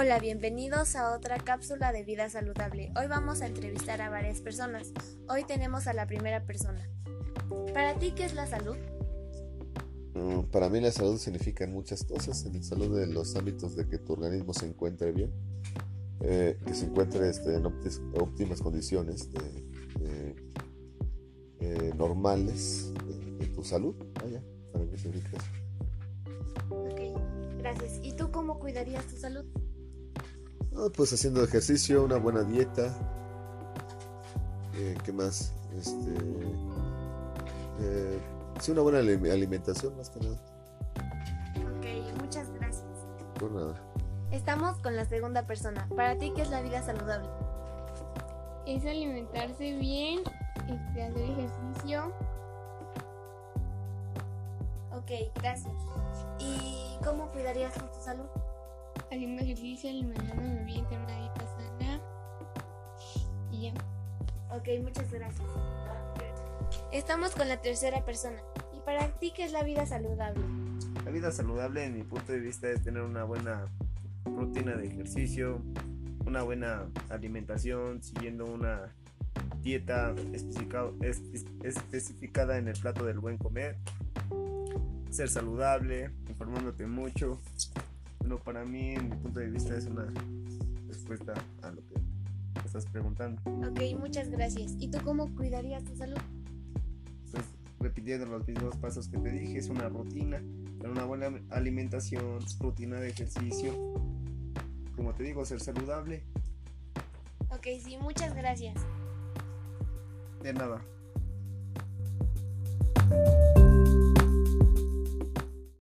Hola, bienvenidos a otra cápsula de vida saludable. Hoy vamos a entrevistar a varias personas. Hoy tenemos a la primera persona. ¿Para ti qué es la salud? Para mí la salud significa muchas cosas. En la salud de los ámbitos de que tu organismo se encuentre bien, que se encuentre en óptimas condiciones normales de tu salud. Para mí significa eso. Ok, gracias. ¿Y tú cómo cuidarías tu salud? Pues haciendo ejercicio, una buena dieta. ¿Qué más? Sí, una buena alimentación más que nada. Ok, muchas gracias. Por nada. Estamos con la segunda persona. ¿Para ti qué es la vida saludable? Es alimentarse bien, hacer ejercicio. Ok, gracias. ¿Y cómo cuidarías tu salud? Haciendo ejercicio, alimentándome bien, tener una dieta sana y ya. Ok, muchas gracias. Estamos con la tercera persona. ¿Y para ti qué es la vida saludable? La vida saludable, en mi punto de vista, es tener una buena rutina de ejercicio, una buena alimentación, siguiendo una dieta especificada en el plato del buen comer, ser saludable, informándote mucho. Bueno, para mí, en mi punto de vista, es una respuesta a lo que estás preguntando. Ok, muchas gracias. ¿Y tú cómo cuidarías tu salud? Pues repitiendo los mismos pasos que te dije, es una rutina, tener una buena alimentación, rutina de ejercicio, como te digo, ser saludable. Ok, sí, muchas gracias. De nada.